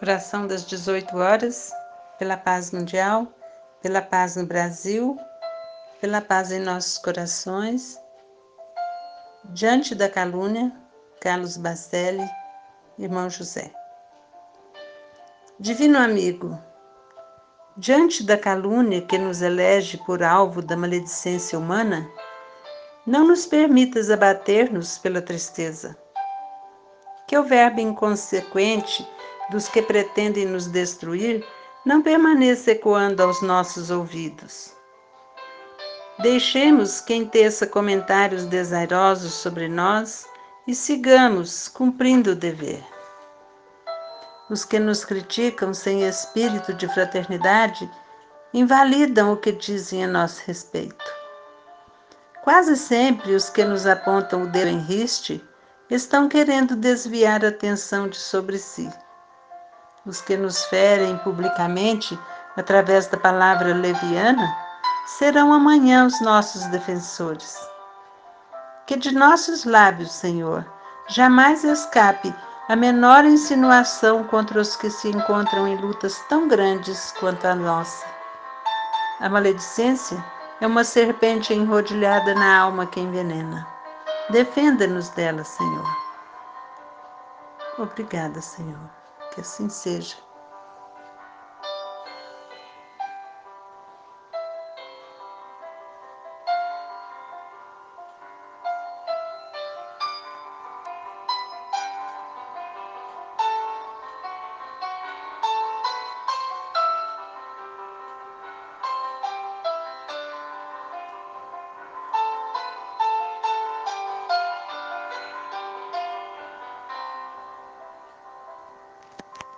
Oração das 18 horas, pela paz mundial, pela paz no Brasil, pela paz em nossos corações. Diante da calúnia, Carlos Bacelli, irmão José. Divino amigo, diante da calúnia que nos elege por alvo da maledicência humana, não nos permitas abater-nos pela tristeza. Que o verbo inconsequente dos que pretendem nos destruir não permaneça ecoando aos nossos ouvidos. Deixemos quem teça comentários desairosos sobre nós e sigamos cumprindo o dever. Os que nos criticam sem espírito de fraternidade invalidam o que dizem a nosso respeito. Quase sempre os que nos apontam o dedo em riste estão querendo desviar a atenção de sobre si. Os que nos ferem publicamente através da palavra leviana serão amanhã os nossos defensores. Que de nossos lábios, Senhor, jamais escape a menor insinuação contra os que se encontram em lutas tão grandes quanto a nossa. A maledicência é uma serpente enrodilhada na alma que envenena. Defenda-nos dela, Senhor. Obrigada, Senhor. Que assim seja.